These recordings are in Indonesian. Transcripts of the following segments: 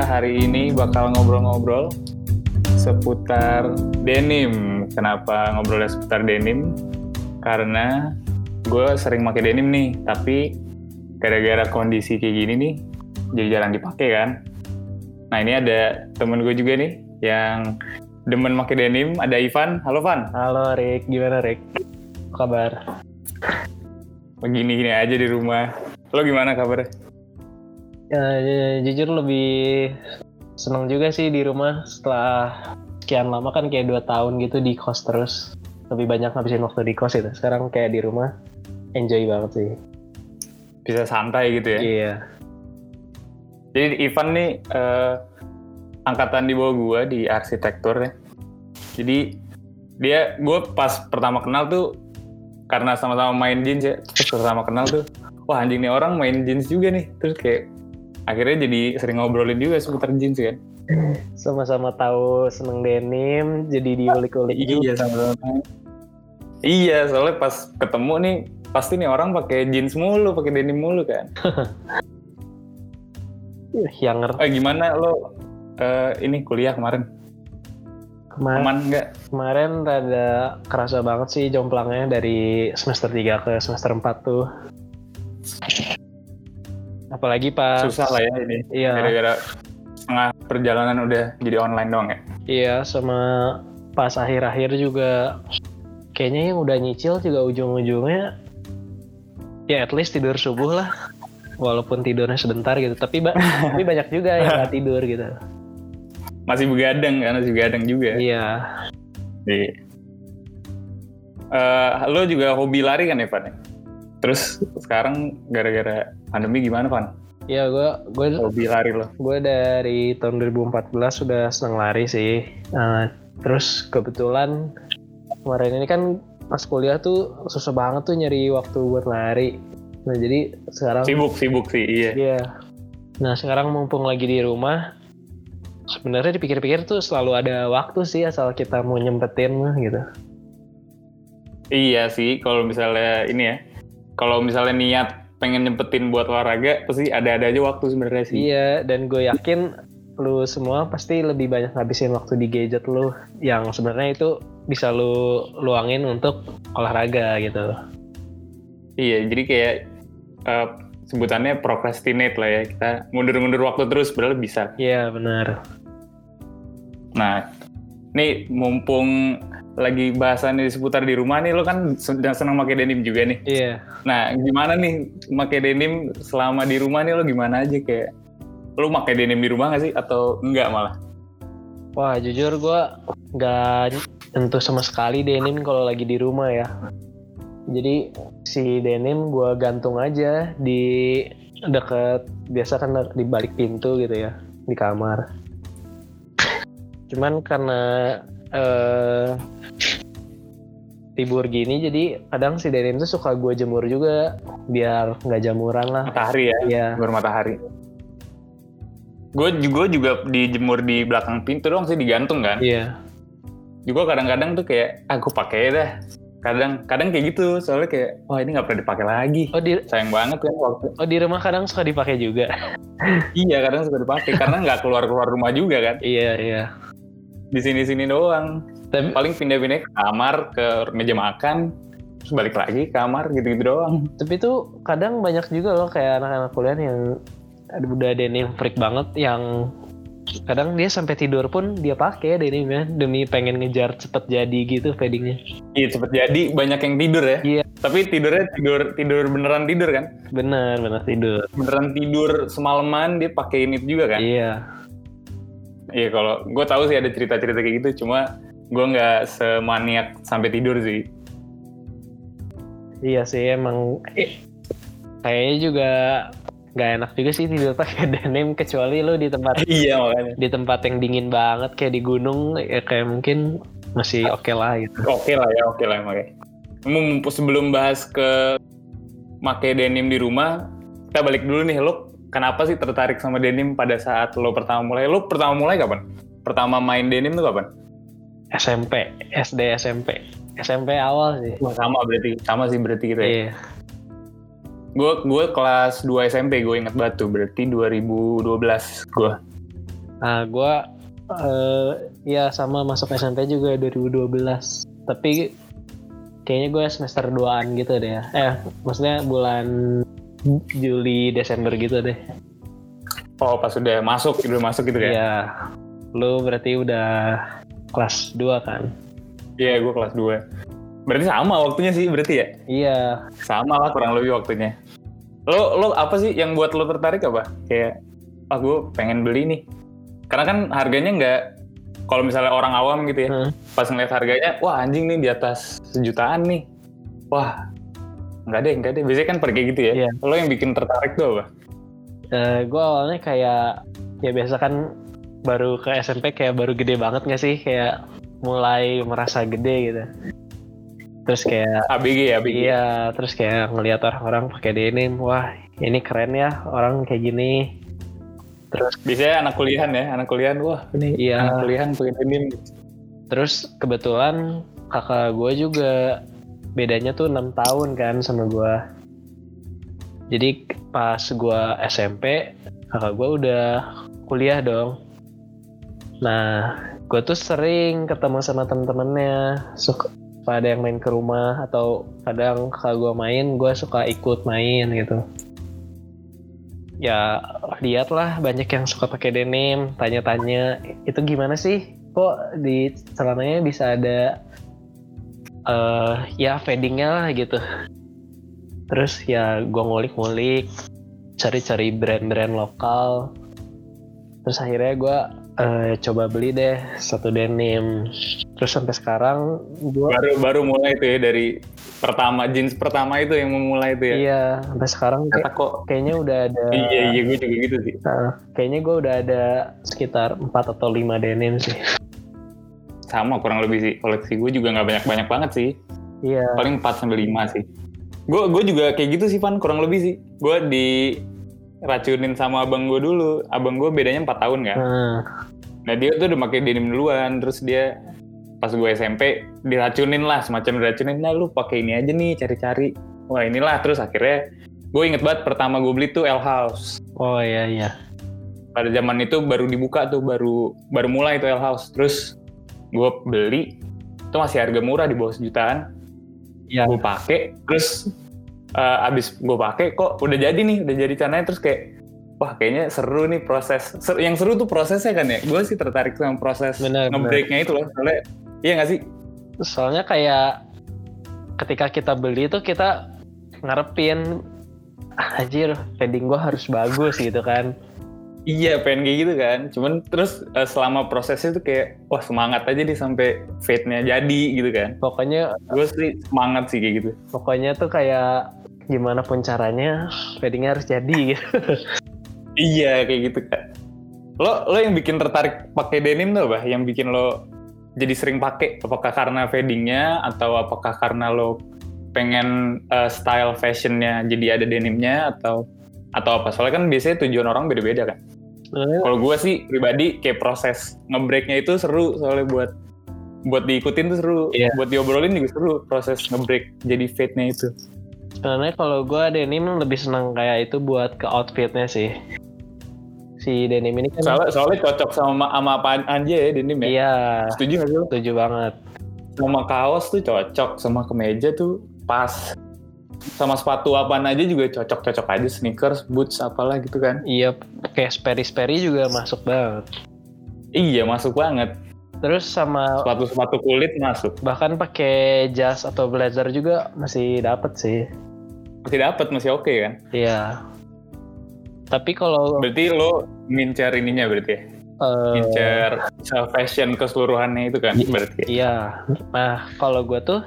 hari ini bakal ngobrol-ngobrol seputar denim. Kenapa ngobrolnya seputar denim? Karena gue sering pakai denim nih, tapi gara-gara kondisi kayak gini nih, jadi jarang dipakai kan. Nah ini ada temen gue juga nih yang demen pakai denim. Ada Ivan. Halo Van. Halo Rick, gimana Rick? Apa kabar? Begini-gini aja di rumah. Lo gimana kabarnya? Ya, jujur lebih seneng juga sih di rumah setelah sekian lama kan kayak 2 tahun gitu di kos terus. Lebih banyak ngabisin waktu di kos itu. Sekarang kayak di rumah enjoy banget sih. Bisa santai gitu ya? Iya. Jadi Ivan nih angkatan di bawah gue di arsitektur ya. Jadi gue pas pertama kenal tuh karena sama-sama main jeans ya. Terus pertama kenal tuh, wah anjing nih orang main jeans juga nih. Terus kayak akhirnya jadi sering ngobrolin juga seputar jeans kan. Sama-sama tahu seneng denim, jadi diulik-ulik juga. Iya sama-sama. Iya, soalnya pas ketemu nih pasti nih orang pakai jeans mulu, pakai denim mulu kan. Yang Gimana lo ini kuliah kemarin? Aman nggak? Kemarin rada kerasa banget sih jomplangnya dari semester 3 ke semester 4 tuh. Apalagi pas Susah lah ya ini. Iya. Gara-gara setengah perjalanan udah jadi online doang ya. Iya, sama pas akhir-akhir juga kayaknya yang udah nyicil juga ujung-ujungnya ya at least tidur subuh lah. Walaupun tidurnya sebentar gitu, tapi banyak juga yang nggak tidur gitu. Masih begadang juga. Iya. Lo juga hobi lari kan ya, Van? Terus sekarang gara-gara pandemi gimana, Van? Iya, gue hobi lari lo. Gue dari tahun 2014 sudah senang lari sih. Terus kebetulan kemarin ini kan pas kuliah tuh susah banget tuh nyari waktu buat lari. Nah jadi sekarang sibuk sih, iya. Iya. Nah sekarang mumpung lagi di rumah, sebenarnya dipikir-pikir tuh selalu ada waktu sih asal kita mau nyempetin gitu. Iya sih, kalau misalnya ini ya, kalau misalnya niat pengen nyempetin buat olahraga, pasti ada aja waktu sebenarnya sih. Iya, dan gue yakin lu semua pasti lebih banyak ngabisin waktu di gadget lu yang sebenarnya itu bisa lu luangin untuk olahraga gitu. Iya, jadi kayak sebutannya procrastinate lah ya, kita mundur-mundur waktu terus padahal bisa. Iya, benar. Nah, nih mumpung lagi bahasan di seputar di rumah nih, lo kan senang pakai denim juga nih. Iya. Nah, gimana nih pakai denim selama di rumah nih, lo gimana aja kayak lo pakai denim di rumah nggak sih atau enggak malah? Wah, jujur gue nggak tentu sama sekali denim kalau lagi di rumah ya. Jadi si denim gue gantung aja di deket, biasa kan di balik pintu gitu ya, di kamar. Cuman karena tibur gini jadi kadang si denim tuh suka gue jemur juga biar nggak jamuran lah. Matahari ya? Iya. Bermatahari. Gue juga dijemur di belakang pintu doang sih, digantung kan. Iya. Juga kadang-kadang tuh kayak gue pakai dah. Kadang kayak gitu, soalnya kayak wah ini nggak pernah dipakai lagi. Sayang banget kan waktu. Di rumah kadang suka dipakai juga. Iya, kadang suka dipakai karena nggak keluar rumah juga kan. Iya. Di sini doang. Tapi paling pindah-pindah ke kamar, ke meja makan, terus balik lagi ke kamar gitu-gitu doang. Tapi tuh kadang banyak juga loh kayak anak-anak kuliah yang udah denim freak banget, yang kadang dia sampai tidur pun dia pakai denimnya demi pengen ngejar cepet jadi gitu paddingnya. Iya cepet jadi, banyak yang tidur ya. Iya. Tapi tidurnya tidur beneran tidur kan? Bener tidur. Beneran tidur semalaman dia pakai ini juga kan? Iya. Iya, kalau gue tahu sih ada cerita-cerita kayak gitu, cuma gue nggak semaniak sampai tidur sih. Iya sih emang kayaknya juga nggak enak juga sih tidur pakai denim kecuali lu di tempat iya makanya di tempat yang dingin banget kayak di gunung ya, kayak mungkin masih oke lah gitu. Oke lah makanya. Sebelum bahas ke pakai denim di rumah, kita balik dulu nih, lo kenapa sih tertarik sama denim pada saat lo pertama mulai? Lo pertama mulai kapan? Pertama main denim tuh kapan? SMP, SD, SMP awal sih. Wah, sama sih berarti gitu ya. Iya. Gue kelas 2 SMP, gue inget banget tuh, berarti 2012 gue. Nah, gue ya sama masuk SMP juga 2012. Tapi kayaknya gue semester 2-an gitu deh. Maksudnya bulan Juli Desember gitu deh. Oh, pas udah masuk gitu kan? Iya. Lu berarti udah kelas 2 kan? Iya, gue kelas 2. Berarti sama waktunya sih berarti ya? Iya. Sama lah kurang lebih waktunya. Lo apa sih yang buat lo tertarik apa? Kayak, gue pengen beli nih. Karena kan harganya nggak, kalau misalnya orang awam gitu ya, pas ngeliat harganya, wah anjing nih di atas 1 jutaan nih. Wah, enggak deh. Biasanya kan pergi gitu ya. Iya. Lo yang bikin tertarik tuh apa? Gue awalnya kayak, ya biasa kan baru ke SMP kayak baru gede banget gak sih? Kayak mulai merasa gede gitu. Terus kayak ABG. Iya, terus kayak ngelihat orang-orang pakai denim, wah ini keren ya orang kayak gini. Terus biasanya anak kuliahan, wah ini iya. anak kuliahan pakai denim. Terus kebetulan kakak gue juga bedanya tuh 6 tahun kan sama gue. Jadi pas gue SMP, kakak gue udah kuliah dong. Nah, gue tuh sering ketemu sama temen-temennya, suka ada yang main ke rumah atau kadang kakak gue main, gue suka ikut main gitu. Ya lihatlah banyak yang suka pakai denim, tanya-tanya itu gimana sih? Kok di celananya bisa ada ya fadingnya lah gitu. Terus ya gue ngulik-ngulik, cari-cari brand-brand lokal. Terus akhirnya gue coba beli deh satu denim. Terus sampai sekarang gue baru mulai tuh ya dari jeans pertama itu yang memulai itu ya. Iya, sampai sekarang kayaknya udah ada. Iya gue juga gitu sih. Kayaknya gue udah ada sekitar 4 atau 5 denim sih. Sama kurang lebih sih, koleksi gue juga nggak banyak banget sih. Iya. Paling 4-5 sih. Gue juga kayak gitu sih Van, kurang lebih sih. Gue diracunin sama abang gue dulu. Abang gue bedanya 4 tahun kan. Nah dia tuh udah pakai denim duluan, terus dia pas gue SMP diracunin lah, semacam diracunin. Nah lu pakai ini aja nih, cari-cari. Wah inilah, terus akhirnya gue inget banget pertama gue beli tuh L House. Oh iya. Pada zaman itu baru dibuka tuh, baru mulai tuh L House. Terus gue beli, itu masih harga murah di bawah 1 jutaan. Iya. Gue pakai, terus abis gue pakai kok udah jadi cananya, terus kayak wah kayaknya seru nih proses. Yang seru tuh prosesnya kan ya. Gue sih tertarik sama proses nge-breaknya itu loh. Soalnya iya nggak sih? Soalnya kayak ketika kita beli tuh kita ngarepin anjir padding gue harus bagus gitu kan. Iya pengen kayak gitu kan. Cuman terus selama prosesnya tuh kayak wah semangat aja nih sampai fade-nya jadi gitu kan. Pokoknya gue sih semangat sih kayak gitu. Pokoknya tuh kayak gimana pun caranya paddingnya harus jadi gitu. Iya kayak gitu kan. Lo yang bikin tertarik pakai denim tuh apa? Yang bikin lo jadi sering pakai? Apakah karena fadingnya atau apakah karena lo pengen style fashionnya jadi ada denimnya atau apa? Soalnya kan biasanya tujuan orang beda-beda kan. Kalau gue sih pribadi kayak proses nge-breaknya itu seru, soalnya buat diikutin tuh seru, buat diobrolin juga seru proses nge-break jadi fade-nya itu. Sebenarnya kalau gue denim lebih senang kayak itu buat ke outfitnya sih. Si denim ini kan soalnya cocok sama apa aja ya denim ya. Iya. Setuju nggak sih? Setuju banget. Sama kaos tuh cocok, sama kemeja tuh pas. Sama sepatu apaan aja juga cocok aja, sneakers, boots apalah gitu kan. Iya, kayak Sperry juga masuk banget. Iya, masuk banget. Terus sama sepatu kulit masuk. Bahkan pakai jas atau blazer juga masih dapat sih. Masih oke kan? Iya. Tapi kalau berarti lo ngincar ininya berarti ya? Ngincar fashion keseluruhannya itu kan berarti? Iya. Nah, kalau gue tuh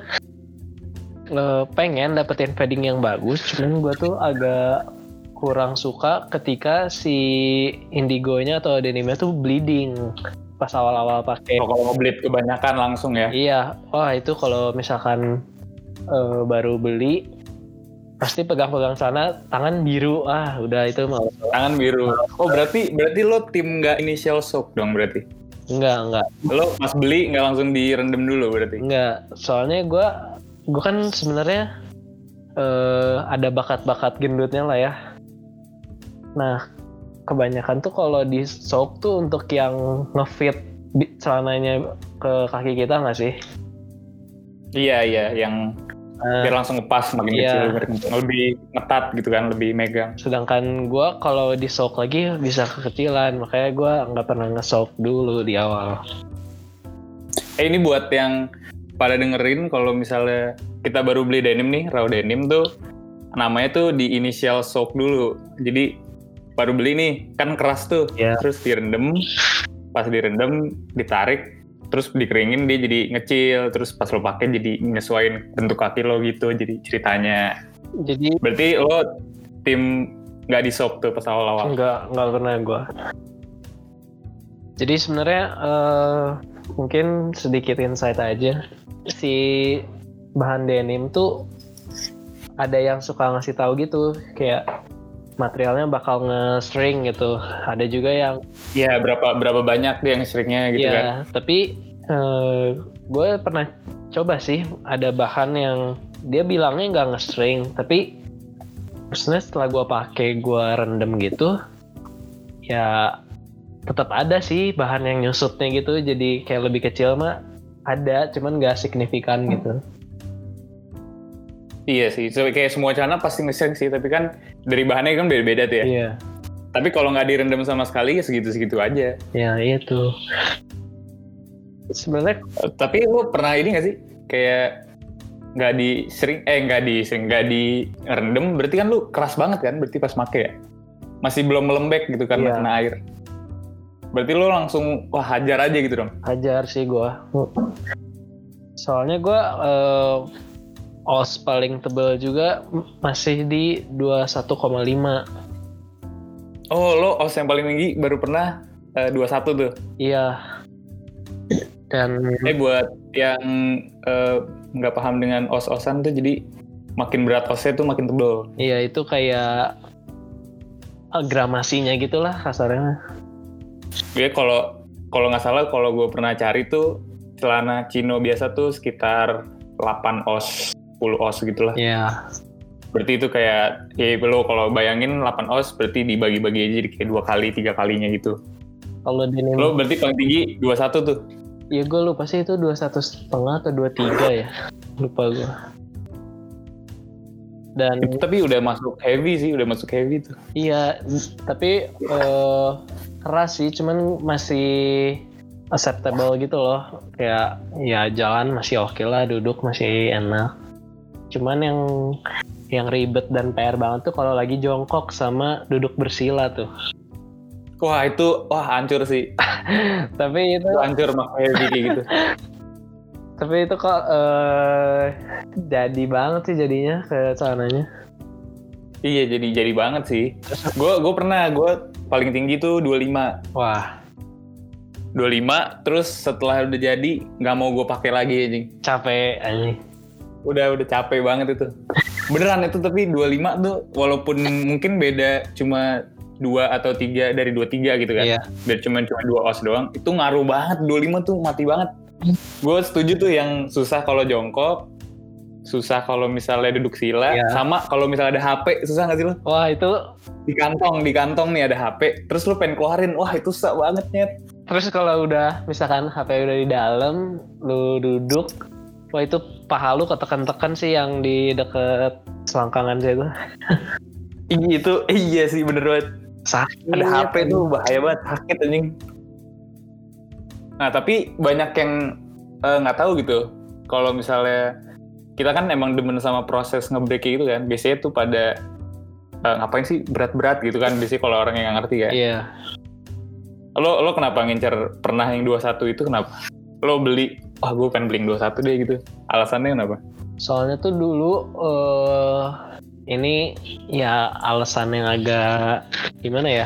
pengen dapetin padding yang bagus, cuman gue tuh agak kurang suka ketika si indigonya atau denimnya tuh bleeding pas awal-awal pakai. Kalau mau bleed kebanyakan langsung ya? Iya, wah itu kalau misalkan baru beli pasti pegang-pegang sana tangan biru, udah itu malas. Tangan biru. Oh berarti lo tim nggak initial shock dong berarti? Enggak. Lo pas beli nggak langsung direndam dulu berarti? Enggak, soalnya gue kan sebenarnya ada bakat-bakat gendutnya lah ya. Nah, kebanyakan tuh kalau di soak tuh untuk yang ngefit celananya ke kaki kita nggak sih? Iya, yang biar langsung ngepas makin iya. kecil, lebih ngetat gitu kan, lebih megang. Sedangkan gue kalau di soak lagi bisa kekecilan, makanya gue nggak pernah nge-soak dulu di awal. Ini buat yang pada dengerin, kalau misalnya kita baru beli denim nih, raw denim tuh namanya tuh di initial soak dulu. Jadi baru beli nih, kan keras tuh, terus direndam, pas direndam ditarik, terus dikeringin dia jadi ngecil, terus pas lo pakai jadi nyesuaiin bentuk kaki lo gitu, jadi ceritanya. Jadi berarti lo tim nggak di soak tuh pas awal-awal? Nggak pernah gue. Jadi sebenarnya mungkin sedikit insight aja. Si bahan denim tuh ada yang suka ngasih tahu gitu, kayak materialnya bakal nge-shrink gitu. Ada juga yang berapa banyak dia nge-shrinknya gitu kan. Tapi gue pernah coba sih, ada bahan yang dia bilangnya nggak nge-shrink, tapi maksudnya setelah gue pakai, gue rendam gitu, ya tetap ada sih bahan yang nyusutnya gitu, jadi kayak lebih kecil mah ada, cuman nggak signifikan gitu. Iya sih, so, kayak semua celana pasti nge-shrink sih, tapi kan dari bahannya kan beda-beda tuh ya. Iya. Tapi kalau nggak direndam sama sekali ya segitu-segitu aja. Ya itu. Sebenarnya. Tapi lo pernah ini nggak sih, kayak nggak direndam, berarti kan lo keras banget kan, berarti pas make ya? Masih belum melembek gitu karena kena air. Berarti lo langsung wah hajar aja gitu dong? Hajar sih gue. Soalnya gue os paling tebal juga masih di 21,5. Oh, lo os yang paling tinggi baru pernah 21 tuh? Iya. Dan buat yang nggak paham dengan os-osan tuh, jadi makin berat osnya tuh makin tebal. Iya, itu kayak gramasinya gitulah kasarnya. Ya kalau nggak salah, kalau gue pernah cari tuh celana chino biasa tuh sekitar 8 os, 10 os gitulah. Iya. Berarti itu kayak, ya lo kalau bayangin 8 os berarti dibagi-bagi aja jadi kayak 2 kali, 3 kalinya gitu. Kalau denim, lo berarti paling tinggi 21 tuh? Iya, gue lupa sih itu 21,5 atau 23 ya. Lupa gue. Dan itu tapi udah masuk heavy tuh. Iya, tapi keras sih, cuman masih acceptable gitu loh. Kayak ya jalan masih oke lah, duduk masih enak. Cuman yang ribet dan PR banget tuh kalau lagi jongkok sama duduk bersila tuh. Wah itu hancur sih. Tapi itu hancur makanya kayak gitu. Tapi itu kok jadi banget sih jadinya ke celananya. Iya, jadi banget sih. Gue pernah, gue paling tinggi tuh 25. Wah. 25, terus setelah udah jadi nggak mau gue pakai lagi anjing. Capek anjing. Udah capek banget itu. Beneran itu, tapi 25 tuh walaupun mungkin beda cuma 2 atau 3 dari 23 gitu kan. Iya. Biar cuma 2 os doang, itu ngaruh banget. 25 tuh mati banget. Gue setuju tuh yang susah kalau jongkok, susah kalau misalnya duduk sila, sama kalau misalnya ada HP, susah nggak sih lo? Wah itu di kantong nih ada HP, terus lo pengen keluarin, wah itu susah banget nyet. Terus kalau udah misalkan HP udah di dalam, lo duduk, wah itu paha lu ketekan-tekan sih yang di deket selangkangan situ. Iya sih bener banget. Sakit. Ada HP tuh bahaya banget, sakit anjing. Nah tapi banyak yang nggak tahu gitu. Kalau misalnya kita kan emang demen sama proses nge-break gitu kan. Biasanya tuh pada ngapain sih berat-berat gitu kan. Biasanya kalau orang yang nggak ngerti kan. Iya. Lo kenapa ngincer pernah yang 21 itu kenapa? Lo beli, gue pengen beli yang 21 deh gitu. Alasannya kenapa? Soalnya tuh dulu ini ya alasan yang agak gimana ya?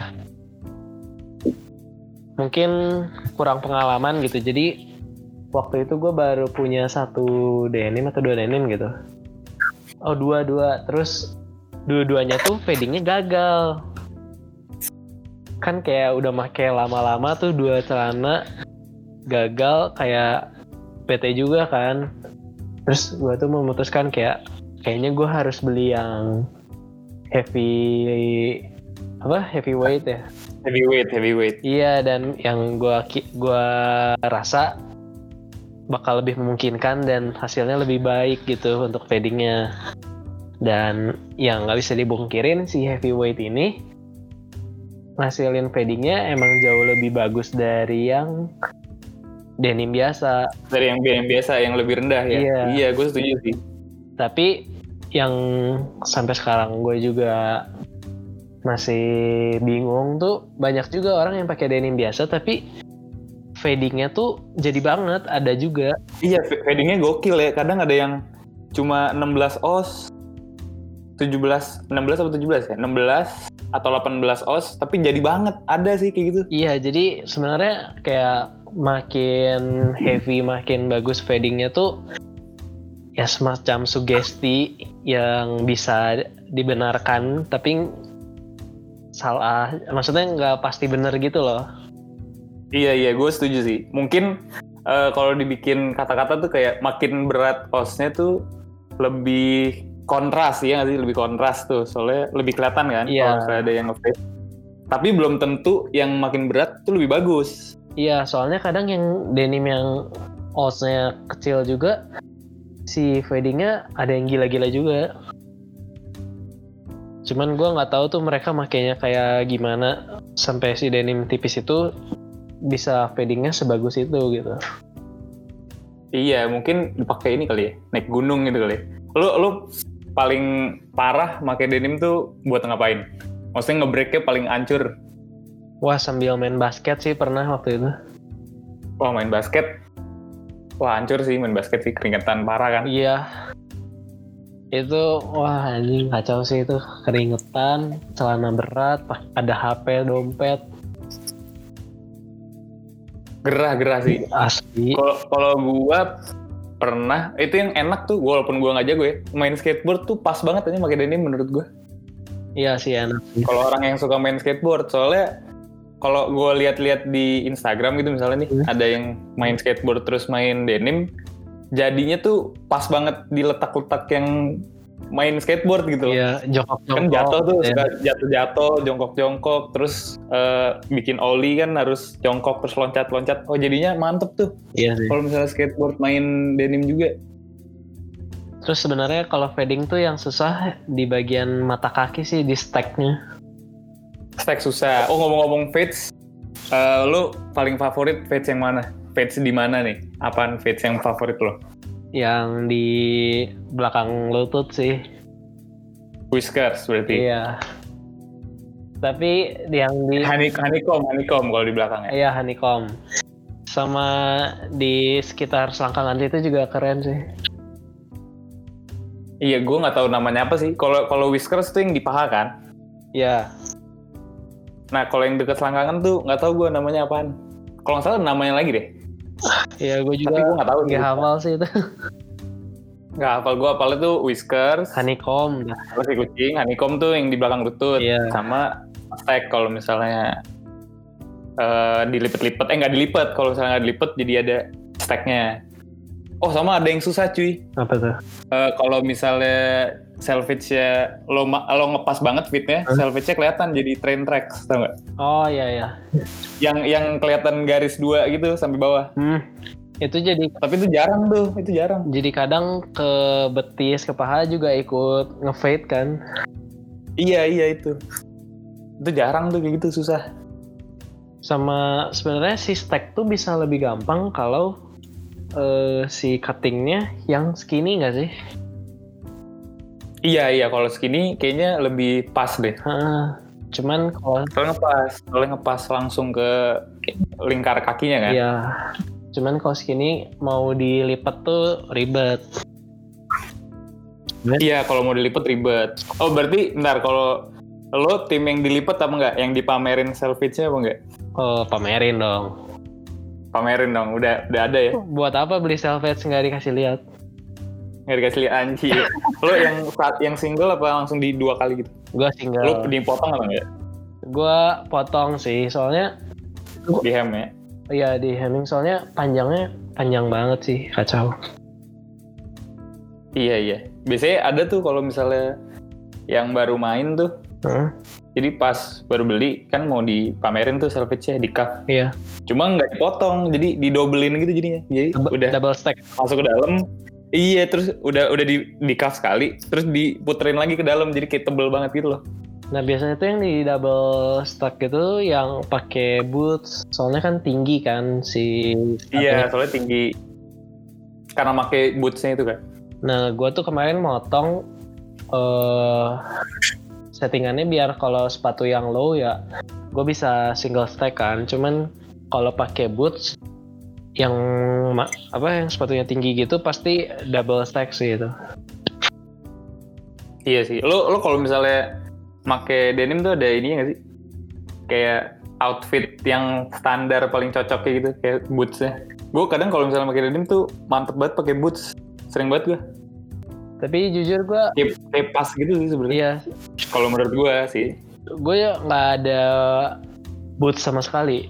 Mungkin kurang pengalaman gitu. Jadi waktu itu gue baru punya 1 denim atau 2 denim gitu. Oh 2. Terus dua-duanya tuh paddingnya gagal. Kan kayak udah make lama-lama tuh 2 celana gagal, kayak PT juga kan. Terus gue tuh memutuskan kayaknya gue harus beli yang heavyweight ya. Heavyweight. Iya, dan yang gua rasa bakal lebih memungkinkan dan hasilnya lebih baik gitu untuk fadingnya. Dan yang nggak bisa dibungkirin si heavyweight ini ngasilin fadingnya emang jauh lebih bagus dari yang denim biasa. Dari yang denim biasa yang lebih rendah ya. Iya, gue setuju sih. Tapi yang sampai sekarang gue juga masih bingung tuh, banyak juga orang yang pakai denim biasa tapi fadingnya tuh jadi banget, ada juga. Iya, fadingnya gokil ya. Kadang ada yang cuma 16 oz, 16 atau 17 ya? 16 atau 18 oz, tapi jadi banget. Ada sih kayak gitu. Iya, jadi sebenarnya kayak makin heavy, makin bagus fadingnya tuh ya semacam sugesti yang bisa dibenarkan, tapi salah. Maksudnya nggak pasti benar gitu loh. Iya, gue setuju sih. Mungkin kalau dibikin kata-kata tuh kayak makin berat osnya tuh lebih kontras ya nggak sih? Lebih kontras tuh, soalnya lebih kelihatan kan kalau misalnya ada yang nge-fade. Tapi belum tentu yang makin berat tuh lebih bagus. Iya, soalnya kadang yang denim yang osnya kecil juga, si fadingnya ada yang gila-gila juga. Cuman gue nggak tahu tuh mereka makainya kayak gimana sampai si denim tipis itu bisa fadingnya sebagus itu gitu. Iya, mungkin dipakai ini kali ya, naik gunung gitu kali. Lu paling parah pakai denim tuh buat ngapain? Maksudnya nge-breaknya paling hancur. Wah, sambil main basket sih pernah waktu itu. Wah, main basket. Wah, hancur sih main basket sih, keringetan parah kan. Iya. Itu wah anjing kacau sih itu, keringetan, celana berat, ada HP, dompet. Gerah sih. Asli. Kalau gua pernah, itu yang enak tuh, walaupun gua nggak jago ya, main skateboard tuh pas banget aja pakai denim menurut gua. Iya sih enak. Kalau orang yang suka main skateboard, soalnya kalau gua lihat-lihat di Instagram gitu misalnya nih, ada yang main skateboard terus main denim, jadinya tuh pas banget di letak-letak yang main skateboard gitu. Iya, jongkok-jongkok. Kan jatuh tuh, suka jatuh-jatuh, jongkok-jongkok, terus bikin ollie kan harus jongkok terus loncat-loncat. Oh, jadinya mantep tuh. Iya sih. Kalau misalnya skateboard main denim juga. Terus sebenarnya kalau fading tuh yang susah di bagian mata kaki sih, di stack-nya. Stack susah. Oh, ngomong-ngomong fades, lu paling favorit fades yang mana? Fades di mana nih? Apaan fades yang favorit lo? Yang di belakang lutut sih. Whiskers berarti? Iya. Tapi yang di... honeycomb kalau di belakangnya? Iya, honeycomb. Sama di sekitar selangkangan itu juga keren sih. Iya, gue nggak tahu namanya apa sih. Kalau whiskers tuh yang di paha kan? Iya. Nah, kalau yang deket selangkangan tuh nggak tahu gue namanya apaan. Kalau nggak salah namanya lagi deh. Iya, gue juga. Tapi gue nggak tahu. Nggak hafal sih itu. Nggak hafal, gue hafalnya tuh whiskers. Honeycomb. Terus si kucing, honeycomb tuh yang di belakang lutut. Iya. Sama stack kalau misalnya dilipet-lipet. Nggak dilipet. Kalau misalnya nggak dilipet jadi ada stacknya. Oh, sama ada yang susah cuy. Apa tuh? Kalau misalnya selvage-nya lo ngepas banget fitnya, selvage-nya kelihatan jadi train tracks, tau nggak? Oh iya. Yang kelihatan garis 2 gitu sampai bawah. Itu jadi. Tapi itu jarang tuh, itu jarang. Jadi kadang ke betis, ke paha juga ikut nge-fade kan? Iya itu. Itu jarang tuh kayak gitu, susah. Sama sebenarnya si stack tuh bisa lebih gampang kalau si cuttingnya yang skinny nggak sih? Iya, kalau skinny kayaknya lebih pas deh. Cuman kalau ngepas langsung ke lingkar kakinya kan? Iya. Cuman kalau skinny mau dilipat tuh ribet. Iya, kalau mau dilipet ribet. Oh, berarti bentar, kalau lo tim yang dilipet apa enggak? Yang dipamerin selvage-nya apa enggak? Oh, pamerin dong. Pamerin dong, udah ada ya? Buat apa beli selvage nggak dikasih lihat? Nggak dikasih lihat, anjir. Lo yang single apa langsung di 2 kali gitu? Gua single. Lo dipotong apa enggak? Gua potong sih, soalnya di hem ya? Iya, di hemming, soalnya panjang banget sih, kacau. Iya. Biasanya ada tuh kalau misalnya yang baru main tuh, Jadi pas baru beli kan mau dipamerin tuh salvage-nya di cuff. Iya. Cuma nggak dipotong, jadi didobelin gitu jadinya. Jadi udah Double stack. masuk ke dalam. Iya, terus udah di cuff sekali, terus diputerin lagi ke dalam, jadi kayak tebel banget gitu loh. Nah biasanya tuh yang di double stack itu yang pakai boots, soalnya kan tinggi kan si. Iya, soalnya tinggi. Karena pakai boots-nya itu kan. Nah gue tuh kemarin motong settingannya biar kalau sepatu yang low ya gue bisa single stack kan. Cuman kalau pakai boots yang yang sepatunya tinggi gitu pasti double stack sih itu. Iya sih. Lo kalau misalnya make denim tuh ada ini nggak sih? Kayak outfit yang standar paling cocok kayak gitu, kayak boots-nya. Gue kadang kalau misalnya pakai denim tuh mantep banget pakai boots. Sering banget gue. Tapi jujur gue kayak pas gitu sih sebenarnya. Iya. Kalau menurut gue sih. Gue ya nggak ada boots sama sekali.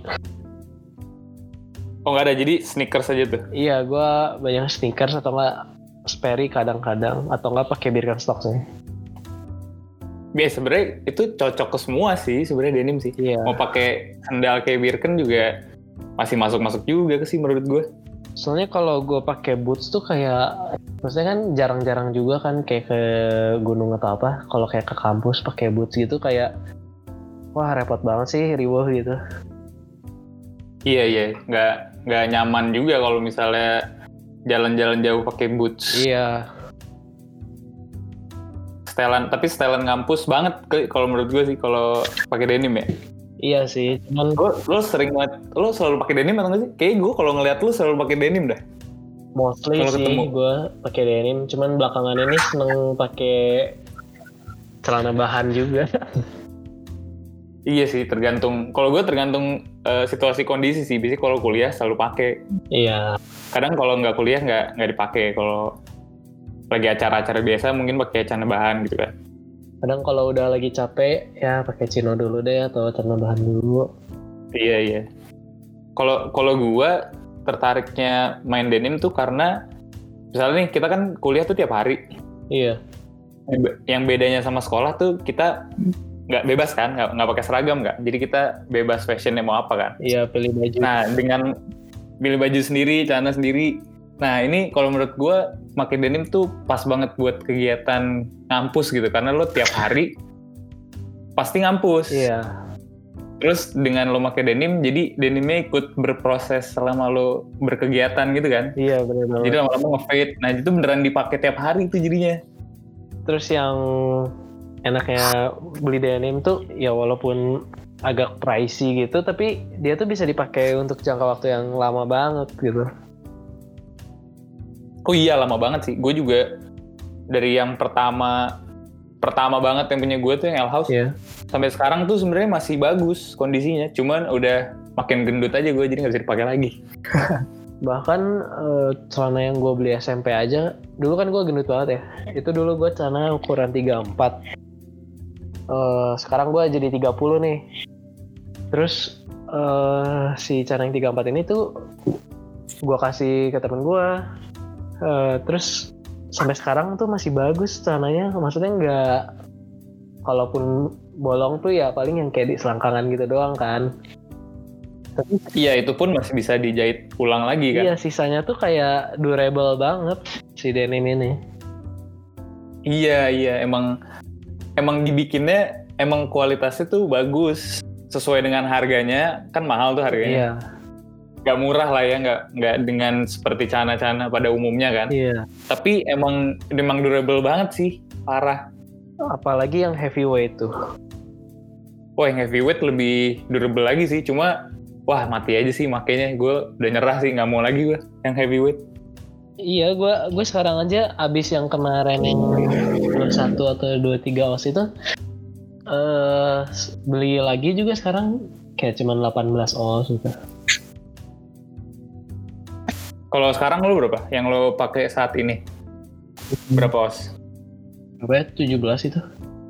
Oh nggak ada, jadi sneakers aja tuh? Iya, gue banyak sneakers atau nggak Sperry kadang-kadang, atau nggak pakai Birkenstock sih. Biasa sebenarnya itu cocok ke semua sih sebenarnya denim sih. Iya. Mau pakai sandal kayak Birken juga masih masuk juga sih menurut gue. Soalnya kalau gue pakai boots tuh kayak, maksudnya kan jarang-jarang juga kan kayak ke gunung atau apa. Kalau kayak ke kampus pakai boots gitu kayak, wah repot banget sih, riweuh gitu. Iya, nggak nyaman juga kalau misalnya jalan-jalan jauh pakai boots. Iya. Tapi setelan ngampus banget kalau menurut gue sih kalau pakai denim ya. Iya sih, cuman lo sering banget, lo selalu pakai denim atau nggak sih? Kayaknya gue kalau ngeliat lo selalu pakai denim dah. mostly kalo sih gue pakai denim, cuman belakangan ini seneng pakai celana bahan juga. Iya sih, tergantung. Kalau gue tergantung situasi kondisi sih. Biasanya kalau kuliah selalu pakai. Iya. Kadang kalau nggak kuliah nggak dipakai. Kalau lagi acara-acara biasa mungkin pakai celana bahan gitu kan. Kadang kalau udah lagi capek ya pakai chino dulu deh atau celana bahan dulu. Iya. Kalau gue tertariknya main denim tuh karena misalnya nih kita kan kuliah tuh tiap hari. Iya. Yang bedanya sama sekolah tuh kita nggak bebas kan, nggak pakai seragam nggak, jadi kita bebas fashionnya mau apa kan. Iya, pilih baju. Nah dengan pilih baju sendiri, celana sendiri, nah ini kalau menurut gue pakai denim tuh pas banget buat kegiatan ngampus gitu, karena lo tiap hari pasti ngampus. Iya. Terus dengan lo pakai denim, jadi denimnya ikut berproses selama lo berkegiatan gitu kan. Iya benar. Jadi lama-lama nge-fade, nah itu beneran dipakai tiap hari tuh jadinya. Terus yang enaknya beli denim tuh ya walaupun agak pricey gitu, tapi dia tuh bisa dipakai untuk jangka waktu yang lama banget gitu. Oh iya, lama banget sih. Gue juga dari yang pertama banget yang punya gue tuh yang L House, sampai sekarang tuh sebenarnya masih bagus kondisinya. Cuman udah makin gendut aja gue, jadi nggak bisa dipakai lagi. Bahkan celana yang gue beli SMP aja, dulu kan gue gendut banget ya. Itu dulu gue celana ukuran 34. Sekarang gue jadi 30 nih. Terus si celana yang 34 ini tuh gue kasih ke temen gue. Terus sampai sekarang tuh masih bagus celananya. Maksudnya nggak, kalaupun bolong tuh ya paling yang kayak di selangkangan gitu doang kan. Tapi, iya, itu pun masih bisa dijahit ulang lagi kan. Iya, sisanya tuh kayak durable banget si denim ini. Iya, emang dibikinnya, emang kualitasnya tuh bagus, sesuai dengan harganya. Kan mahal tuh harganya. Iya. Gak murah lah ya, gak dengan seperti celana-celana pada umumnya kan. Iya. Tapi emang durable banget sih, parah. Apalagi yang heavyweight tuh. Wah, yang heavyweight lebih durable lagi sih, cuma wah mati aja sih makanya. Gue udah nyerah sih, gak mau lagi gue yang heavyweight. Iya, gue sekarang aja abis yang kemarin yang 21 atau 23 oz itu beli lagi juga sekarang kayak cuman 18 oz gitu. Kalau sekarang lo berapa? Yang lo pakai saat ini? Berapa oz? Berapa ya? 17 itu.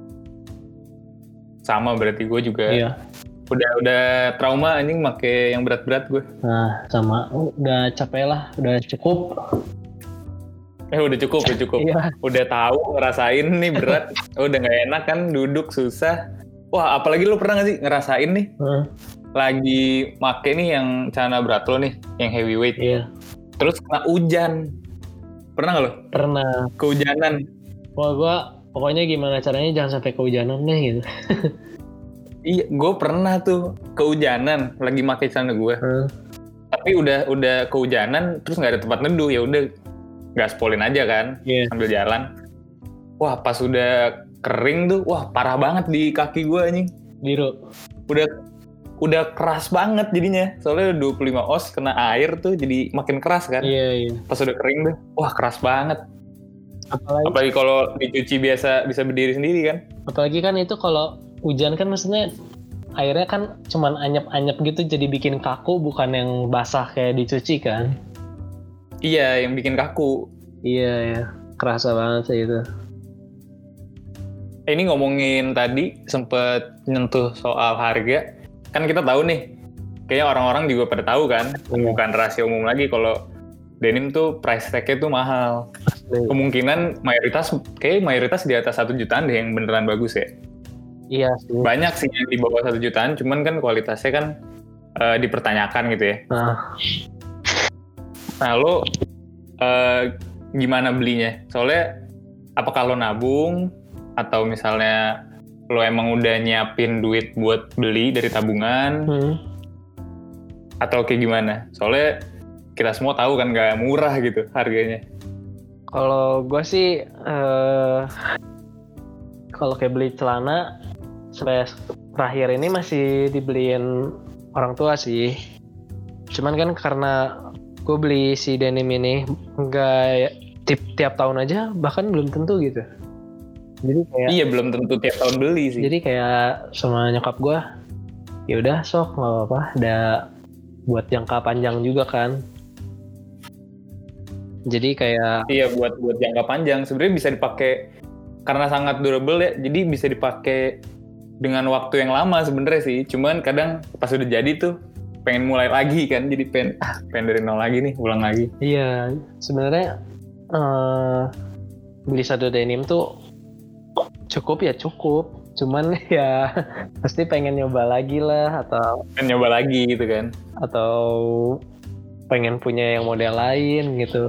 Sama berarti gue juga. Iya. Udah trauma anjing pakai yang berat-berat gue. Nah, sama. Udah capek lah, udah cukup. Udah cukup. Iya. Udah tahu ngerasain nih berat. Udah nggak enak kan, duduk susah. Wah, apalagi lu pernah gak sih ngerasain nih lagi make nih yang celana Bratlo nih, yang heavyweight. Iya. Terus kena hujan. Pernah gak lo? Pernah. Kehujanan. Wah, gue pokoknya gimana caranya jangan sampai kehujanan deh gitu. Iya, gue pernah tuh kehujanan lagi make celana gue. Tapi udah kehujanan, terus nggak ada tempat neduh, ya udah gaspolin aja kan, sambil jalan. Wah, pas udah kering tuh, wah parah banget di kaki gue anjing. Biru. Udah keras banget jadinya. Soalnya 25 oz kena air tuh jadi makin keras kan. Iya. Pas udah kering tuh, wah keras banget. Apalagi kalau dicuci biasa bisa berdiri sendiri kan. Apalagi kan itu kalau hujan kan maksudnya airnya kan cuman anyep-anyep gitu, jadi bikin kaku, bukan yang basah kayak dicuci kan. Iya, yang bikin kaku. Iya, kerasa banget sih itu. Ini ngomongin tadi sempet nyentuh soal harga. Kan kita tahu nih, kayaknya orang-orang juga pada tahu kan, bukan rahasia umum lagi kalau denim tuh price tag-nya tuh mahal. Kemungkinan mayoritas di atas 1 jutaan deh yang beneran bagus ya. Iya sih. Banyak sih yang di bawah 1 jutaan, cuman kan kualitasnya kan dipertanyakan gitu ya. Nah lo gimana belinya? Soalnya apakah lo nabung atau misalnya lo emang udah nyiapin duit buat beli dari tabungan atau kayak gimana? Soalnya kita semua tahu kan gak murah gitu harganya. Kalau gue sih kalau kayak beli celana sampai terakhir ini masih dibeliin orang tua sih. Cuman kan karena gue beli si denim ini nggak tiap tahun aja, bahkan belum tentu gitu. Jadi kayak iya belum tentu tiap tahun beli sih. Jadi kayak sama nyokap gue, ya udah sok nggak apa-apa, ada buat jangka panjang juga kan. Jadi kayak iya buat jangka panjang sebenarnya bisa dipakai karena sangat durable ya. Jadi bisa dipakai dengan waktu yang lama sebenarnya sih. Cuman kadang pas udah jadi tuh pengen mulai lagi kan. Jadi pengen dari nol lagi nih, ulang lagi. Iya, sebenarnya beli satu denim tuh cukup. Cuman ya pasti pengen nyoba lagi lah, atau pengen nyoba lagi gitu kan. Atau pengen punya yang model lain gitu.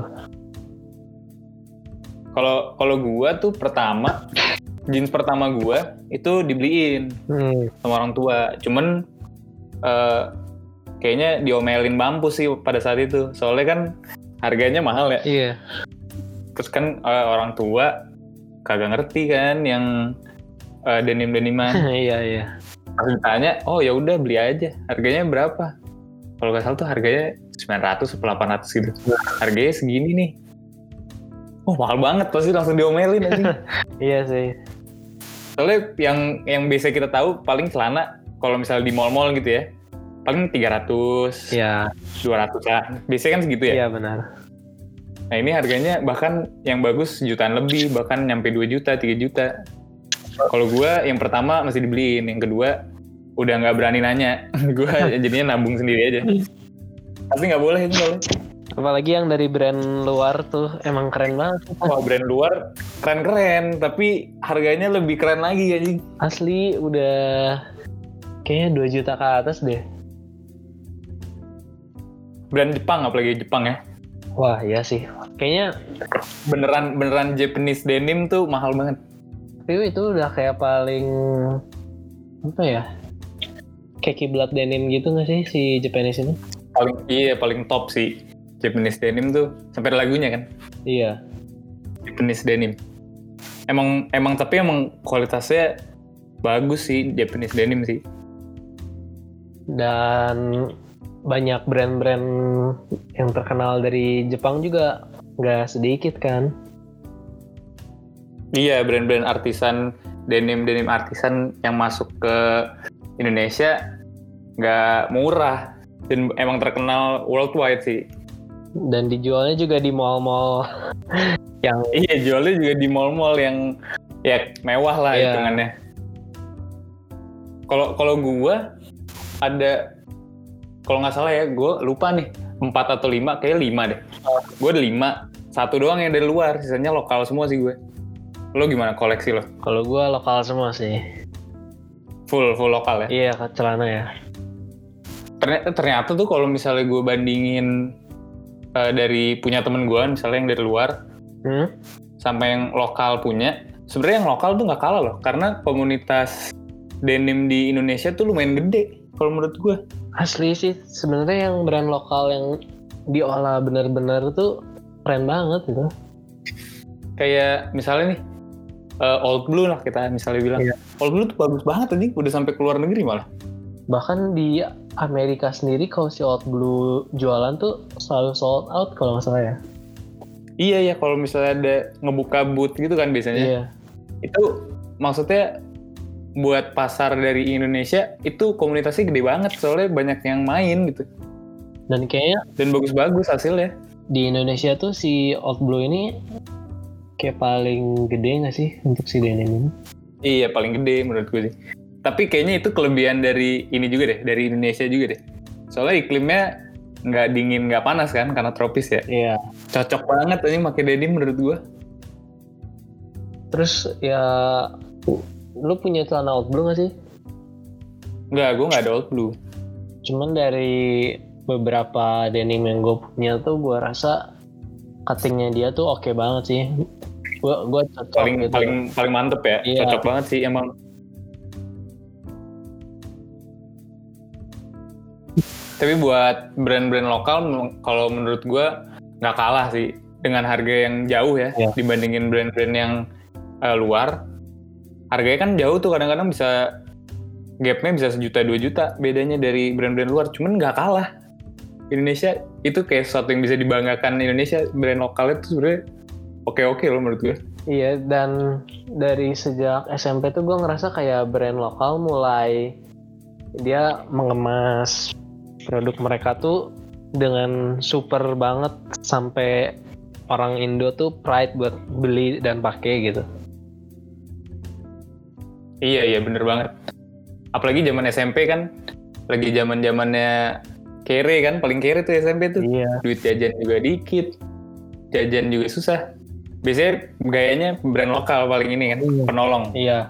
Kalau gua tuh jeans pertama gua itu dibeliin sama orang tua. Cuman kayaknya diomelin mampus sih pada saat itu. Soalnya kan harganya mahal ya. Iya. Terus kan orang tua kagak ngerti kan yang denim-deniman. Iya. Pas ditanya, oh ya udah beli aja. Harganya berapa? Kalau nggak salah tuh harganya 900 atau 800 gitu. Harganya segini nih. Oh mahal banget, pasti langsung diomelin aja. Iya sih. Soalnya yang biasa kita tahu paling celana kalau misalnya di mall-mall gitu ya, paling 300, ya. 200 lah. Biasanya kan segitu ya? Iya benar. Nah ini harganya bahkan yang bagus jutaan lebih, bahkan nyampe 2 juta, 3 juta. Kalau gue yang pertama masih dibeliin, yang kedua udah nggak berani nanya. Gue jadinya nabung sendiri aja. Tapi nggak boleh itu boleh. Apalagi yang dari brand luar tuh emang keren banget. Wah brand luar keren-keren, tapi harganya lebih keren lagi anjing. Asli udah kayaknya 2 juta ke atas deh. Brand Jepang, apalagi Jepang ya. Wah iya sih, kayaknya beneran Japanese denim tuh mahal banget. Tapi itu udah kayak paling apa ya? Kayak kiblat denim gitu nggak sih si Japanese ini? Paling top sih. Japanese denim tuh sampai ada lagunya kan? Iya. Japanese denim. Tapi kualitasnya bagus sih Japanese denim sih. Dan banyak brand-brand yang terkenal dari Jepang juga nggak sedikit kan? Iya, brand-brand artisan denim artisan yang masuk ke Indonesia nggak murah dan emang terkenal worldwide sih. Dan dijualnya juga di mall-mall yang jualnya juga di mall-mall yang ya mewah lah hitungannya. Kalau gua ada, kalau nggak salah ya, gue lupa nih 4 atau 5, kayak 5 deh. Gue ada 5, 1 doang yang dari luar, sisanya lokal semua sih gue. Lo gimana koleksi lo? Kalau gue lokal semua sih. full lokal ya. Iya, celana ya. Ternyata tuh kalau misalnya gue bandingin dari punya temen gue misalnya yang dari luar sama yang lokal punya, sebenarnya yang lokal tuh nggak kalah loh, karena komunitas denim di Indonesia tuh lumayan gede kalau menurut gue. Asli sih, sebenarnya yang brand lokal yang diolah benar-benar tuh keren banget gitu. Kayak misalnya nih Old Blue lah kita misalnya bilang. Iya. Old Blue tuh bagus banget nih, udah sampai ke luar negeri malah. Bahkan di Amerika sendiri kalau si Old Blue jualan tuh selalu sold out kalau nggak salah ya. Iya ya, kalau misalnya ada ngebuka booth gitu kan biasanya. Iya. Itu maksudnya buat pasar dari Indonesia itu komunitasnya gede banget, soalnya banyak yang main gitu. Dan kayaknya bagus-bagus hasilnya. Di Indonesia tuh si Old Blue ini kayak paling gede nggak sih untuk si denim ini? Iya, paling gede menurut gue sih. Tapi kayaknya itu kelebihan dari ini juga deh, dari Indonesia juga deh. Soalnya iklimnya nggak dingin, nggak panas kan, karena tropis ya. Iya. Cocok banget aja pakai denim menurut gue. Terus ya, lu punya celana Old Blue nggak sih? Nggak, gue nggak ada Old Blue. Cuman dari beberapa denim yang gue punya tuh, gue rasa cuttingnya dia tuh oke banget sih. Gue cocok paling gitu. paling mantep ya. Iya. Cocok banget sih emang. Tapi buat brand-brand lokal, kalau menurut gue nggak kalah sih dengan harga yang jauh ya, dibandingin brand-brand yang luar. Harganya kan jauh tuh, kadang-kadang bisa gapnya bisa 1 juta 2 juta bedanya dari brand-brand luar. Cuman nggak kalah. Indonesia itu kayak sesuatu yang bisa dibanggakan. Indonesia brand lokalnya tuh sebenarnya oke loh menurut gue. Iya, dan dari sejak SMP tuh gue ngerasa kayak brand lokal mulai dia mengemas produk mereka tuh dengan super banget sampai orang Indo tuh pride buat beli dan pakai gitu. Iya bener banget. Apalagi zaman SMP kan lagi zaman-zamannya kere kan, paling kere tuh SMP tuh. Iya. Duit jajan juga dikit, jajan juga susah. Biasanya gayanya brand lokal paling ini kan, penolong. Iya.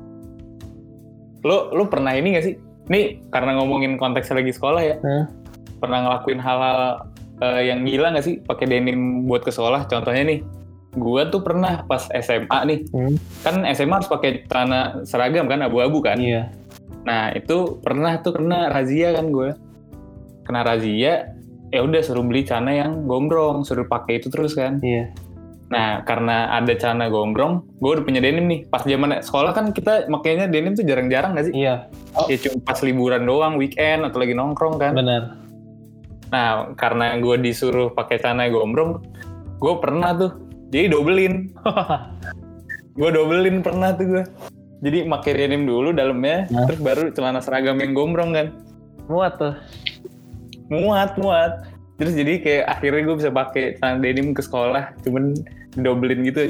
Lu pernah ini nggak sih? Nih karena ngomongin konteksnya lagi sekolah ya, pernah ngelakuin hal-hal yang gila nggak sih pakai denim buat ke sekolah? Contohnya nih, gue tuh pernah pas SMA nih, kan SMA harus pakai celana seragam kan, abu-abu kan. Iya. Nah itu pernah tuh kena razia kan gue, kena razia, ya udah suruh beli celana yang gombrong, suruh pakai itu terus kan. Iya. Nah karena ada celana gombrong, gue udah punya denim nih. Pas zaman sekolah kan kita makainya denim tuh jarang-jarang nggak sih? Iya. Ya cuma pas liburan doang, weekend atau lagi nongkrong kan. Benar. Nah karena gue disuruh pakai celana gombrong, gue pernah tuh jadi dobelin. Gue dobelin pernah tuh gue. Jadi pakai denim dulu dalamnya, terus baru celana seragam yang gombrong kan. Muat tuh. Muat. Terus jadi kayak akhirnya gue bisa pakai celana denim ke sekolah, cuman dobelin gitu.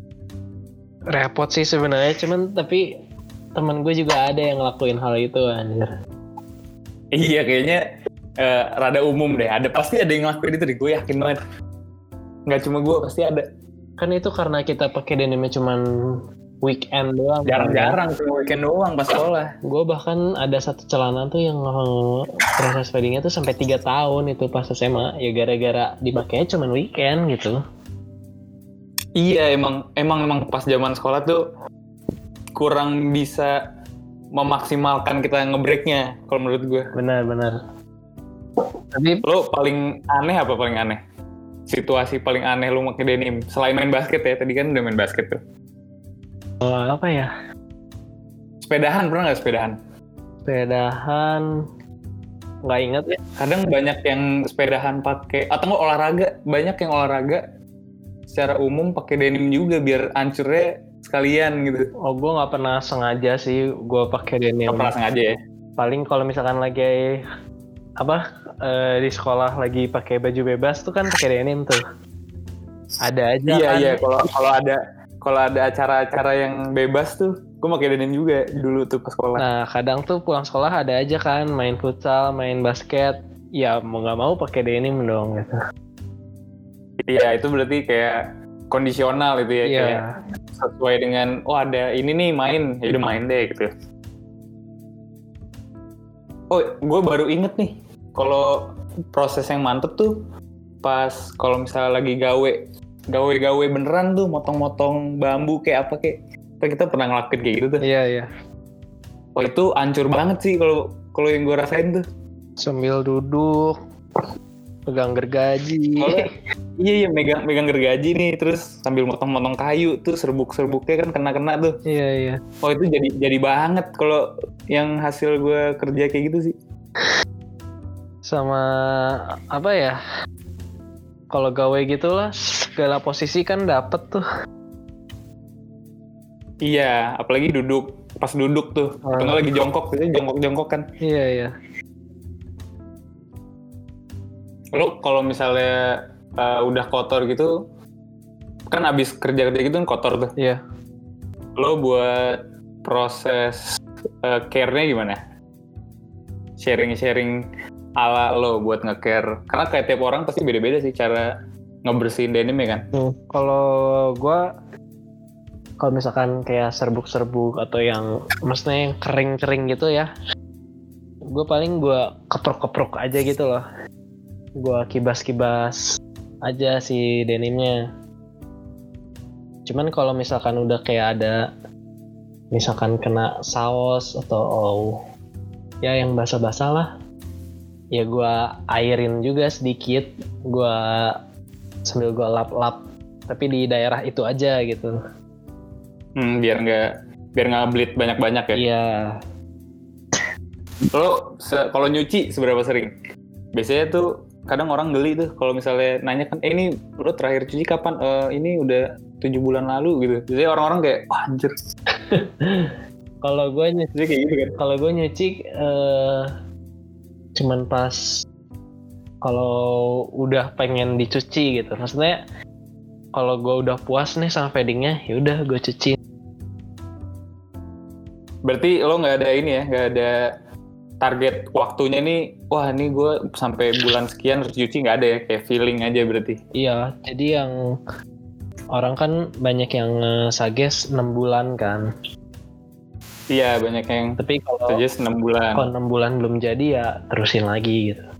Repot sih sebenarnya, cuman tapi teman gue juga ada yang ngelakuin hal itu anjir. Iya kayaknya rada umum deh. Pasti ada yang ngelakuin itu deh, gue yakin banget. Nggak cuma gue, pasti ada. Kan itu karena kita pakai denimnya cuman weekend doang. Jarang-jarang cuma weekend doang pas sekolah. Gue bahkan ada satu celana tuh yang proses weddingnya tuh sampai 3 tahun itu pas SMA. Ya gara-gara dipakainya cuman weekend gitu. Iya emang pas zaman sekolah tuh kurang bisa memaksimalkan kita ngebreaknya kalau menurut gue. Benar. Tapi lo paling aneh? Situasi paling aneh lo pakai denim selain main basket ya, tadi kan udah main basket tuh. Apa ya? Sepedahan, pernah nggak sepedahan? Sepedahan nggak inget ya. Kadang banyak yang sepedahan pakai atau nggak olahraga, banyak yang olahraga secara umum pakai denim juga biar hancurnya sekalian gitu. Oh, gue nggak pernah sengaja sih gue pakai denim. Nggak pernah sengaja ya? Paling kalau misalkan lagi di sekolah lagi pakai baju bebas tuh kan pakai denim tuh. Ada aja kan. Iya kalau ada acara-acara yang bebas tuh gue pakai denim juga dulu tuh pas sekolah. Nah kadang tuh pulang sekolah ada aja kan main futsal, main basket, ya mau nggak mau pakai denim dong gitu. Iya itu berarti kayak kondisional itu ya, kayak sesuai dengan ada ini nih main, ya udah main deh gitu. Oh, gue baru inget nih. Kalau proses yang mantep tuh pas kalau misalnya lagi gawe beneran tuh, motong-motong bambu kayak apa kayak. Kita pernah ngelakuin kayak gitu tuh. Iya. Oh, itu hancur banget sih kalau yang gue rasain tuh. Sambil duduk, pegang gergaji. Iya, megang gergaji nih, terus sambil motong-motong kayu tuh, serbuk-serbuknya kan kena tuh. Iya. Oh, itu jadi banget kalau yang hasil gue kerja kayak gitu sih. Sama apa ya? Kalau gawe gitulah segala posisi kan dapet tuh. Iya, apalagi pas duduk tuh. Atau lagi jongkok, gitu, jongkok kan. Iya. Lo kalau misalnya udah kotor gitu, kan abis kerja gitu kan kotor tuh. Iya. Lo buat proses care-nya gimana? Sharing ala lo buat nge-care. Karena kayak tiap orang pasti beda-beda sih cara ngebersihin denim ya kan? Kalau misalkan kayak serbuk-serbuk atau yang maksudnya yang kering-kering gitu ya, gue paling keprok-keprok aja gitu loh. Gue kibas-kibas aja si denimnya. Cuman kalau misalkan udah kayak ada misalkan kena saus atau ya yang basah-basah lah, ya gue airin juga sedikit, gue sambil gue lap-lap, tapi di daerah itu aja gitu. Biar nggak bleed banyak-banyak ya. Iya. Lo kalau nyuci seberapa sering? Biasanya tuh kadang orang geli tuh kalau misalnya nanya kan, ini lo terakhir cuci kapan? Ini udah 7 bulan lalu gitu. Biasanya orang-orang kayak, wah anjir. Kalau gue nyuci kayak gitu kan. Kalau gue nyuci cuman pas kalau udah pengen dicuci gitu. Maksudnya kalau gue udah puas nih sama fadingnya, ya udah gue cuci. Berarti lo nggak ada target waktunya nih, wah ini gue sampai bulan sekian harus cuci, nggak ada ya, kayak feeling aja berarti. Iya, jadi yang orang kan banyak yang suggest 6 bulan kan. Iya, banyak yang tapi kalau suggest 6 bulan. Kalau 6 bulan belum jadi ya terusin lagi gitu.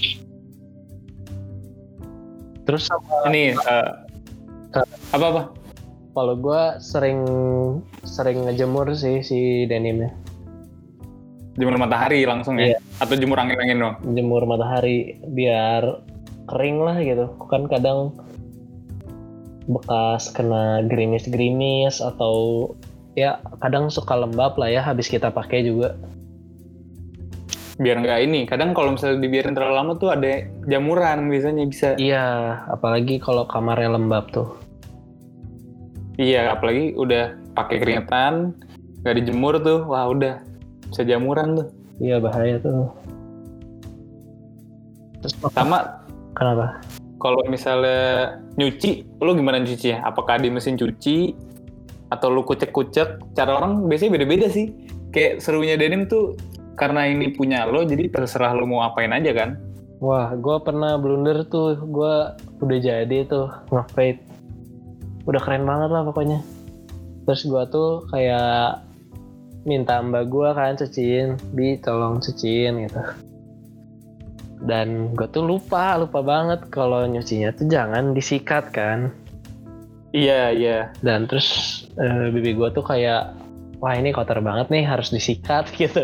Terus ini apa? Kalau gue sering ngejemur sih si denimnya. Jemur matahari langsung ya? Iya. Atau jemur angin-angin dong? Jemur matahari biar kering lah gitu. Kan kadang bekas kena gerimis atau ya kadang suka lembab lah ya habis kita pakai juga. Biar nggak ini, kadang kalau misalnya dibiarin terlalu lama tuh ada jamuran biasanya bisa. Iya, apalagi kalau kamarnya lembab tuh. Iya, apalagi udah pakai keringetan, nggak dijemur tuh, wah udah bisa jamuran tuh. Iya, bahaya tuh. Terus sama kenapa? Kalau misalnya nyuci, lu gimana nyuci ya? Apakah di mesin cuci atau lu kucek-kucek? Cara orang biasanya beda-beda sih. Kayak serunya denim tuh karena ini punya lo, jadi terserah lo mau apain aja kan. Wah, gue pernah blunder tuh. Gue udah jadi tuh nge-fade. Udah keren banget lah pokoknya. Terus gue tuh kayak minta mbak gue kan cuciin, tolong cuciin gitu. Dan gue tuh lupa banget kalau nyucinya tuh jangan disikat kan. Iya. Dan terus bibi gue tuh kayak, wah ini kotor banget nih, harus disikat gitu.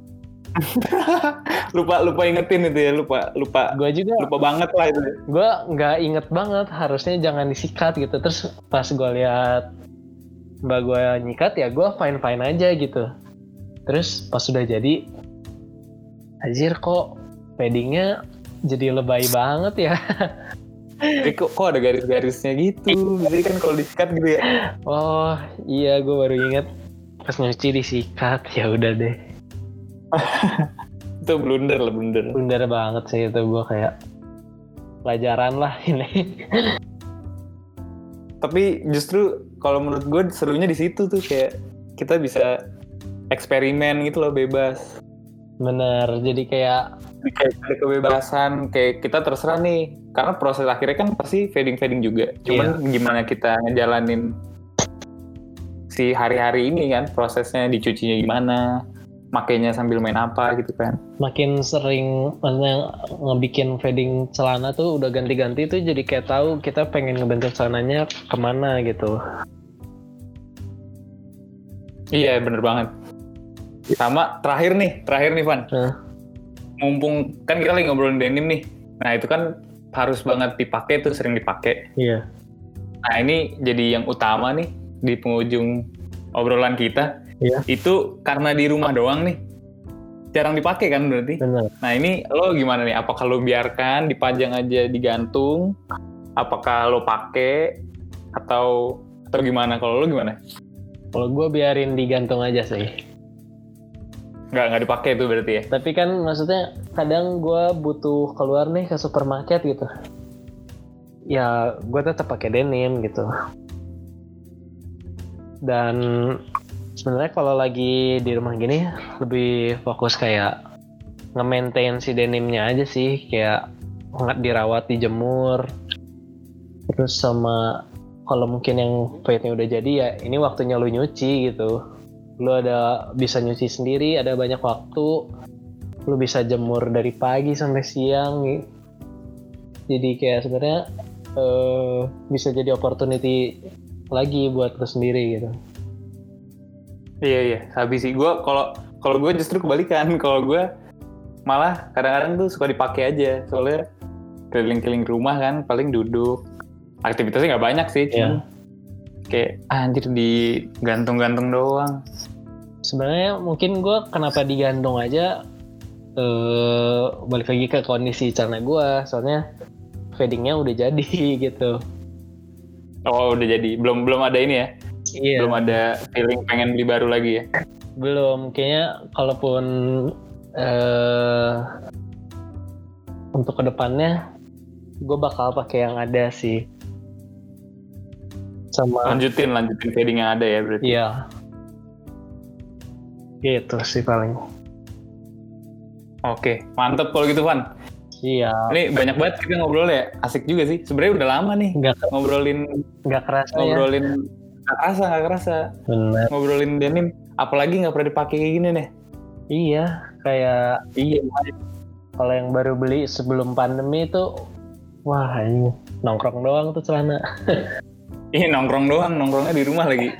lupa ingetin itu ya, lupa. Gue juga lupa banget lah itu. Gue nggak inget banget, harusnya jangan disikat gitu. Terus pas gue lihat mbak gue nyikat ya gue fine aja gitu. Terus pas sudah jadi, anjir kok paddingnya jadi lebay banget ya. Kok ada garis-garisnya gitu. Jadi kan kalau disikat gitu ya. Oh iya, gue baru inget pas nyuci disikat. Ya udah deh. Itu blunder banget sih itu. Gue kayak pelajaran lah ini. Tapi justru kalau menurut gue serunya di situ tuh, kayak kita bisa eksperimen gitu loh, bebas. Bener, jadi kayak ada kebebasan, kayak kita terserah nih, karena proses akhirnya kan pasti fading juga. Cuman gimana kita ngejalanin si hari-hari ini kan, prosesnya dicucinya gimana, makainya sambil main apa gitu kan. Makin sering maksudnya ngebikin fading celana tuh udah ganti-ganti tuh jadi kayak tahu kita pengen ngebentuk celananya kemana gitu. Iya bener banget. Sama terakhir nih Van. Mumpung kan kita lagi ngobrolin denim nih. Nah itu kan harus banget dipakai tuh, sering dipakai. Iya. Nah ini jadi yang utama nih di penghujung obrolan kita. Iya. Itu karena di rumah doang nih, jarang dipakai kan berarti. Benar. Nah ini lo gimana nih? Apakah lo biarkan dipajang aja digantung? Apakah lo pakai atau gimana? Kalau lo gimana? Kalau gue biarin digantung aja sih. Nggak dipakai tuh berarti ya? Tapi kan maksudnya kadang gue butuh keluar nih ke supermarket gitu. Ya gue tetap pakai denim gitu. Dan sebenarnya kalau lagi di rumah gini lebih fokus kayak nge-maintain si denimnya aja sih, kayak dirawat, dijemur. Terus sama kalau mungkin yang fade-nya udah jadi ya ini waktunya lu nyuci gitu. Lu bisa nyuci sendiri, ada banyak waktu. Lu bisa jemur dari pagi sampai siang gitu. Jadi kayak sebenarnya bisa jadi opportunity lagi buat lu sendiri gitu. Iya. Habis sih gue kalau gue justru kebalikan. Kalau gue malah kadang-kadang tuh suka dipakai aja. Soalnya keliling-keliling rumah kan paling duduk. Aktivitasnya nggak banyak sih. Cuma kayak anjir digantung-gantung doang. Sebenarnya mungkin gue kenapa digantung aja balik lagi ke kondisi celana gue. Soalnya fadingnya udah jadi gitu. Oh udah jadi. Belum ada ini ya? Iya. Belum ada feeling pengen beli baru lagi ya? Belum. Kayaknya kalaupun untuk kedepannya gue bakal pakai yang ada sih. Sama lanjutin fading yang ada ya berarti. Iya. Gitu sih paling. Oke, mantep kalau gitu Van. Iya. Ini banyak banget kita ngobrol ya, asik juga sih. Sebenarnya udah lama nih nggak kerasa ngobrolin. Nggak kerasa. Bener. Ngobrolin denim, apalagi nggak pernah dipakai kayak gini nih. Iya, kayak kalau yang baru beli sebelum pandemi itu, wah ini nongkrong doang tuh celana. Iya nongkrongnya di rumah lagi.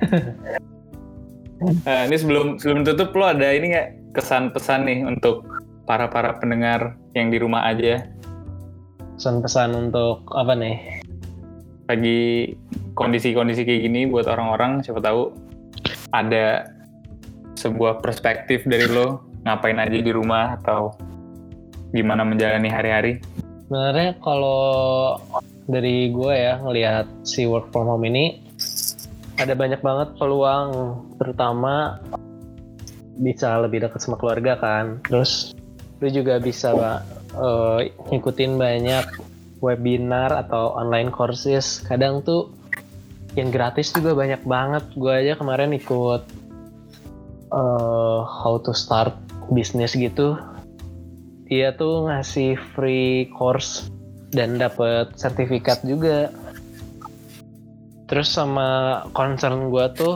Ini sebelum tutup lo ada ini nggak kesan-pesan nih untuk para pendengar yang di rumah aja? Pesan-pesan untuk apa nih? Lagi kondisi-kondisi kayak gini buat orang-orang, siapa tahu ada sebuah perspektif dari lo ngapain aja di rumah atau gimana menjalani hari-hari. Sebenarnya kalau dari gue ya ngelihat si work from home ini ada banyak banget peluang, terutama bisa lebih dekat sama keluarga kan. Terus lu juga bisa ngikutin banyak webinar atau online courses. Kadang tuh yang gratis juga banyak banget. Gue aja kemarin ikut how to start business gitu. Dia tuh ngasih free course dan dapet sertifikat juga. Terus sama concern gue tuh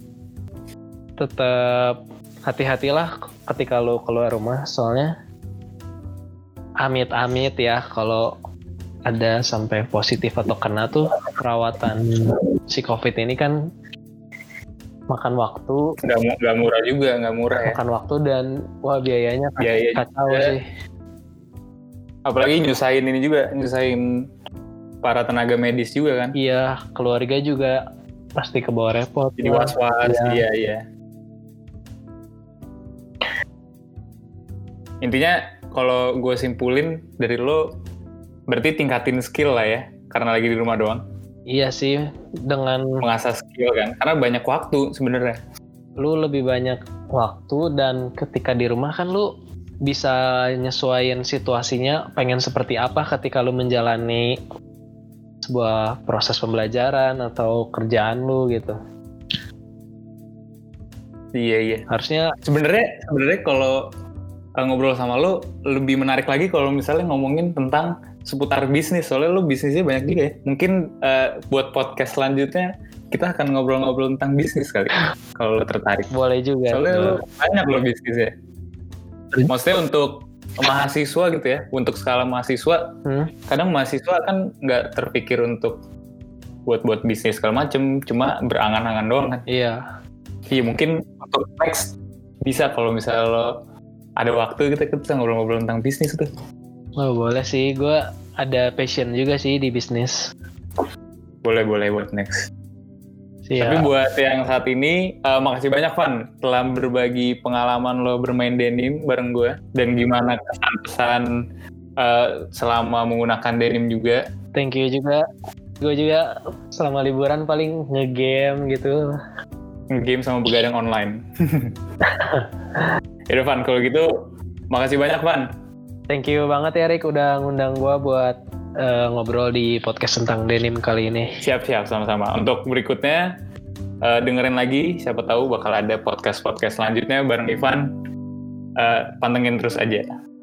tetap hati-hatilah ketika lo keluar rumah, soalnya amit-amit ya kalau ada sampai positif atau kena tuh perawatan si COVID ini kan makan waktu. Nggak murah juga, nggak murah ya. Makan waktu dan wah biayanya kacau sih. Apalagi nyusahin para tenaga medis juga kan. Iya, keluarga juga pasti kebawa repot. Jadi was-was, iya. Intinya kalau gue simpulin dari lo, berarti tingkatin skill lah ya, karena lagi di rumah doang. Iya sih, dengan mengasah skill kan, karena banyak waktu sebenarnya. Lu lebih banyak waktu dan ketika di rumah kan lu bisa nyesuaiin situasinya pengen seperti apa ketika lu menjalani sebuah proses pembelajaran atau kerjaan lu gitu. Iya. Harusnya sebenarnya kalau ngobrol sama lo lebih menarik lagi kalau misalnya ngomongin tentang seputar bisnis, soalnya lo bisnisnya banyak juga ya. Mungkin buat podcast selanjutnya kita akan ngobrol-ngobrol tentang bisnis kali kalau lo tertarik. Boleh juga. Soalnya lo banyak lo bisnisnya. Maksudnya untuk mahasiswa gitu ya, untuk skala mahasiswa, kadang mahasiswa kan nggak terpikir untuk buat bisnis segala macem, cuma berangan-angan doang kan. Iya. Iya, mungkin untuk next bisa kalau misalnya lo ada waktu kita bisa ngobrol-ngobrol tentang bisnis tuh. Oh, boleh sih, gue ada passion juga sih di bisnis. Boleh buat next. Siap. Tapi buat yang saat ini, makasih banyak Van telah berbagi pengalaman lo bermain denim bareng gue dan gimana kesan-kesan selama menggunakan denim juga. Thank you juga. Gue juga selama liburan paling nge-game gitu. Nge-game sama begadang online. Yaudah Van, kalau gitu makasih banyak Van. Thank you banget ya Rick udah ngundang gue buat ngobrol di podcast tentang denim kali ini. Siap, sama-sama. Untuk berikutnya, dengerin lagi, siapa tahu bakal ada podcast selanjutnya bareng Ivan. Pantengin terus aja.